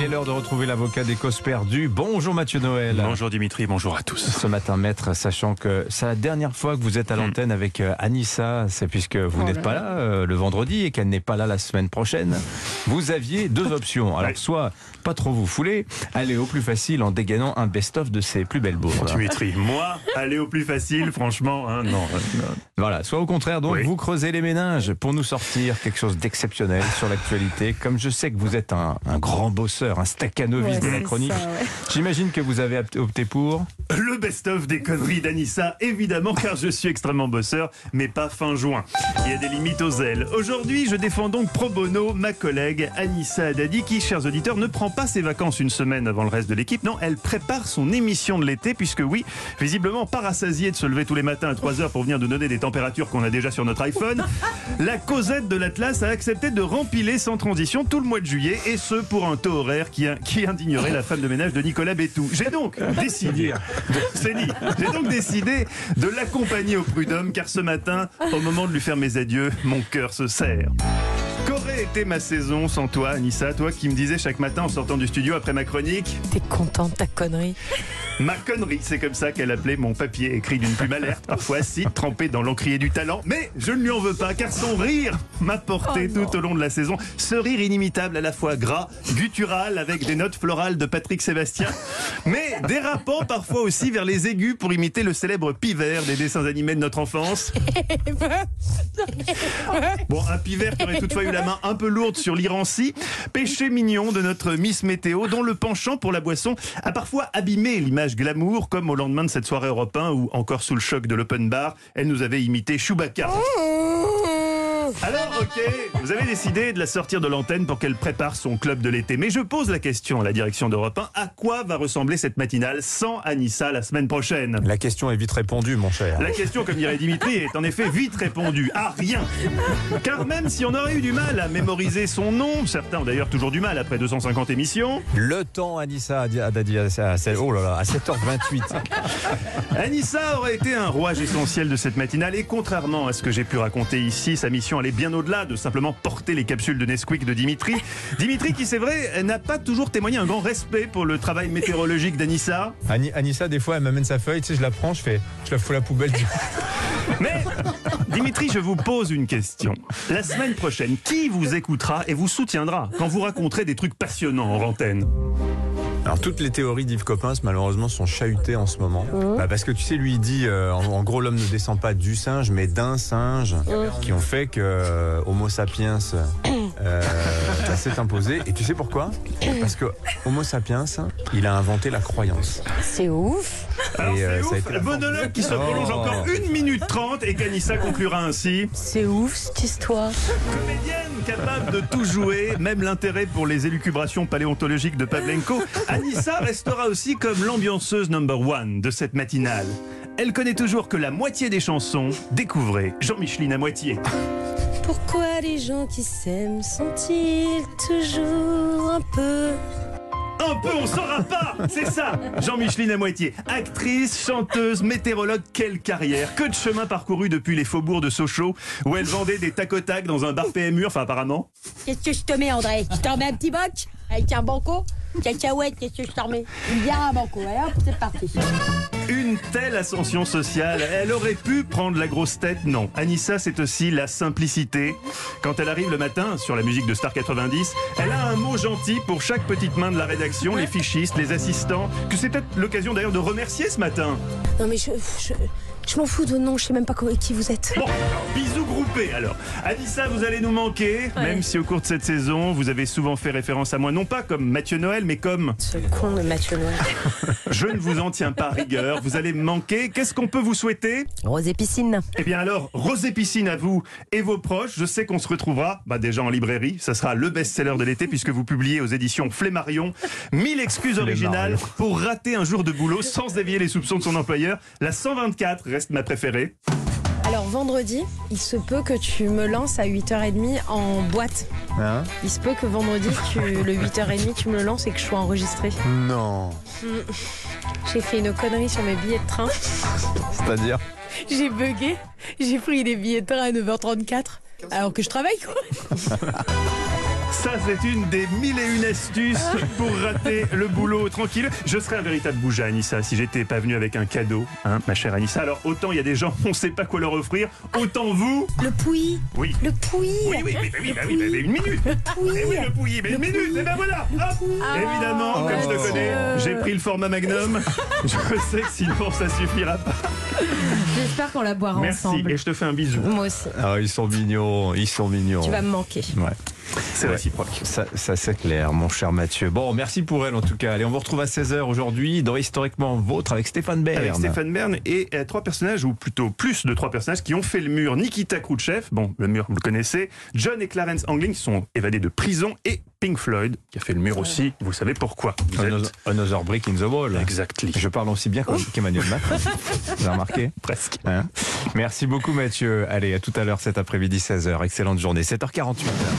est l'heure de retrouver l'avocat des causes perdues. Bonjour Mathieu Noël. Bonjour Dimitri, bonjour à tous. Ce matin, maître, sachant que c'est la dernière fois que vous êtes à l'antenne avec Anissa, c'est puisque vous n'êtes pas là le vendredi et qu'elle n'est pas là la semaine prochaine, vous aviez deux options. Alors, soit pas trop vous fouler, aller au plus facile en dégainant un best-of de ses plus belles bourdes. Dimitri, moi, aller au plus facile, franchement, hein, non. Voilà, soit au contraire, donc, Oui. vous creusez les méninges pour nous sortir quelque chose d'exceptionnel sur l'actualité. Comme je sais que vous êtes un grand bosseur, un stakhanoviste de la chronique, j'imagine que vous avez opté pour... Le best-of des conneries d'Anissa, évidemment, car je suis extrêmement bosseur, mais pas fin juin. Il y a des limites aux ailes. Aujourd'hui, je défends donc pro bono ma collègue Anissa Haddadi, qui, chers auditeurs, ne prend pas ses vacances une semaine avant le reste de l'équipe. Non, elle prépare son émission de l'été, puisque oui, visiblement pas rassasiée de se lever tous les matins à 3h pour venir nous donner des températures qu'on a déjà sur notre iPhone, la Cosette de l'Atlas a accepté de rempiler sans transition tout le mois de juillet, et ce pour un taux horaire qui indignerait la femme de ménage de Nicolas Bétou. J'ai donc décidé, de l'accompagner au prud'homme, car ce matin, au moment de lui faire mes adieux, mon cœur se serre. Qu'aurait été ma saison sans toi, Anissa, toi qui me disais chaque matin en sortant du studio après ma chronique? T'es content de ta connerie? Ma connerie, c'est comme ça qu'elle appelait mon papier écrit d'une plume alerte, parfois acide, trempé dans l'encrier du talent. Mais je ne lui en veux pas, car son rire m'a porté tout au long de la saison. Ce rire inimitable, à la fois gras, guttural, avec des notes florales de Patrick Sébastien, mais dérapant parfois aussi vers les aigus pour imiter le célèbre Pivert des dessins animés de notre enfance. Bon, un Pivert qui aurait toutefois eu la main un peu lourde sur l'irancie, péché mignon de notre Miss Météo, dont le penchant pour la boisson a parfois abîmé l'image glamour, comme au lendemain de cette soirée Europe 1 où, encore sous le choc de l'open bar, elle nous avait imité Chewbacca. Alors, ok, vous avez décidé de la sortir de l'antenne pour qu'elle prépare son club de l'été. Mais je pose la question à la direction d'Europe 1, à quoi va ressembler cette matinale sans Anissa la semaine prochaine? La question est vite répondue, mon cher. La question, comme dirait Dimitri, est en effet vite répondue. À rien. Car même si on aurait eu du mal à mémoriser son nom, certains ont d'ailleurs toujours du mal après 250 émissions. Le temps, Anissa Haddadi, à 7h28. Anissa aurait été un rouage essentiel de cette matinale, et contrairement à ce que j'ai pu raconter ici, sa mission allait bien au-delà de simplement porter les capsules de Nesquik de Dimitri. Dimitri qui, c'est vrai, n'a pas toujours témoigné un grand respect pour le travail météorologique d'Anissa. Anissa, des fois, elle m'amène sa feuille, tu sais, je la prends, je la fous à la poubelle. Mais, Dimitri, je vous pose une question. La semaine prochaine, qui vous écoutera et vous soutiendra quand vous raconterez des trucs passionnants en antenne? Alors, toutes les théories d'Yves Coppens, malheureusement, sont chahutées en ce moment. Parce que tu sais, lui, il dit, en gros, l'homme ne descend pas du singe, mais d'un singe, qui ont fait que Homo sapiens s'est imposé. Et tu sais pourquoi? Parce que Homo sapiens, il a inventé la croyance. C'est ouf. Alors, Et, c'est ça a ouf, été la monologue qui se prolonge encore 1 minute 30 et qu'Anissa conclura ainsi. C'est ouf cette histoire. Comédienne capable de tout jouer, même l'intérêt pour les élucubrations paléontologiques de Pavlenko, Anissa restera aussi comme l'ambianceuse number one de cette matinale. Elle connaît toujours que la moitié des chansons. Découvrez Jean-Micheline à moitié. Pourquoi les gens qui s'aiment sont-ils toujours un peu... Un peu, on saura pas. C'est ça, Jean-Micheline à moitié. Actrice, chanteuse, météorologue, quelle carrière. Que de chemin parcouru depuis les faubourgs de Sochaux, où elle vendait des tac au tac dans un bar PMU, enfin apparemment. Qu'est-ce que je te mets, André? Je t'en mets un petit boc avec un banco? Cacahuète, qu'est-ce que je t'en mets? Bien un banco, alors c'est parti. Une telle ascension sociale, elle aurait pu prendre la grosse tête, non. Anissa, c'est aussi la simplicité. Quand elle arrive le matin sur la musique de Star 90, elle a un mot gentil pour chaque petite main de la rédaction, les fichistes, les assistants, que c'est peut-être l'occasion d'ailleurs de remercier ce matin. Non mais je m'en fous de nom, je sais même pas qui vous êtes. Bon, alors, bisous groupés alors. Anissa, vous allez nous manquer, même si au cours de cette saison, vous avez souvent fait référence à moi, non pas comme Mathieu Noël, mais comme... Ce con de Mathieu Noël. Je ne vous en tiens pas rigueur, vous allez me manquer. Qu'est-ce qu'on peut vous souhaiter? Rose et piscine. Eh bien alors, rose et piscine à vous et vos proches. Je sais qu'on se retrouvera déjà en librairie. Ça sera le best-seller de l'été puisque vous publiez aux éditions Flémarion 1000 excuses originales pour rater un jour de boulot sans dévier les soupçons de son employeur. La 124 reste ma préférée. Alors vendredi, il se peut que tu me lances à 8h30 en boîte. Hein? Il se peut que vendredi, le 8h30, tu me le lances et que je sois enregistrée. Non. J'ai fait une connerie sur mes billets de train. C'est-à-dire? J'ai bugué. J'ai pris les billets de train à 9h34 alors que je travaille, quoi. Ça, c'est une des 1001 astuces pour rater le boulot tranquille. Je serais un véritable bougea, Anissa, si j'étais pas venu avec un cadeau, hein, ma chère Anissa. Alors, autant il y a des gens, on sait pas quoi leur offrir, autant vous... Le pouilly. Oui. Le pouilly. Oui, une minute. pouilly. Eh oui, le pouilly, mais une minute, et ben voilà. Hop. Évidemment, comme je te connais, j'ai pris le format Magnum. Je sais que sinon, ça suffira pas. J'espère qu'on la boira Merci, ensemble. et je te fais un bisou. Moi aussi. Ah, ils sont mignons, ils sont mignons. Tu vas me manquer. Ouais. C'est réciproque. Ça c'est clair, mon cher Mathieu. Bon, merci pour elle en tout cas. Allez, on vous retrouve à 16h aujourd'hui dans Historiquement Vôtre avec Stéphane Bern. Avec Stéphane Bern et trois personnages, ou plutôt plus de trois personnages qui ont fait le mur. Nikita Khrouchtchev, bon, le mur, vous le connaissez. John et Clarence Anglin, qui sont évadés de prison. Et Pink Floyd, qui a fait le mur aussi. Vous savez pourquoi. Vous êtes... Another brick in the wall. Exactly. Je parle aussi bien qu'Emmanuel Macron. Vous avez remarqué? Presque. Hein? Merci beaucoup Mathieu. Allez, à tout à l'heure cet après-midi 16h. Excellente journée. 7h48.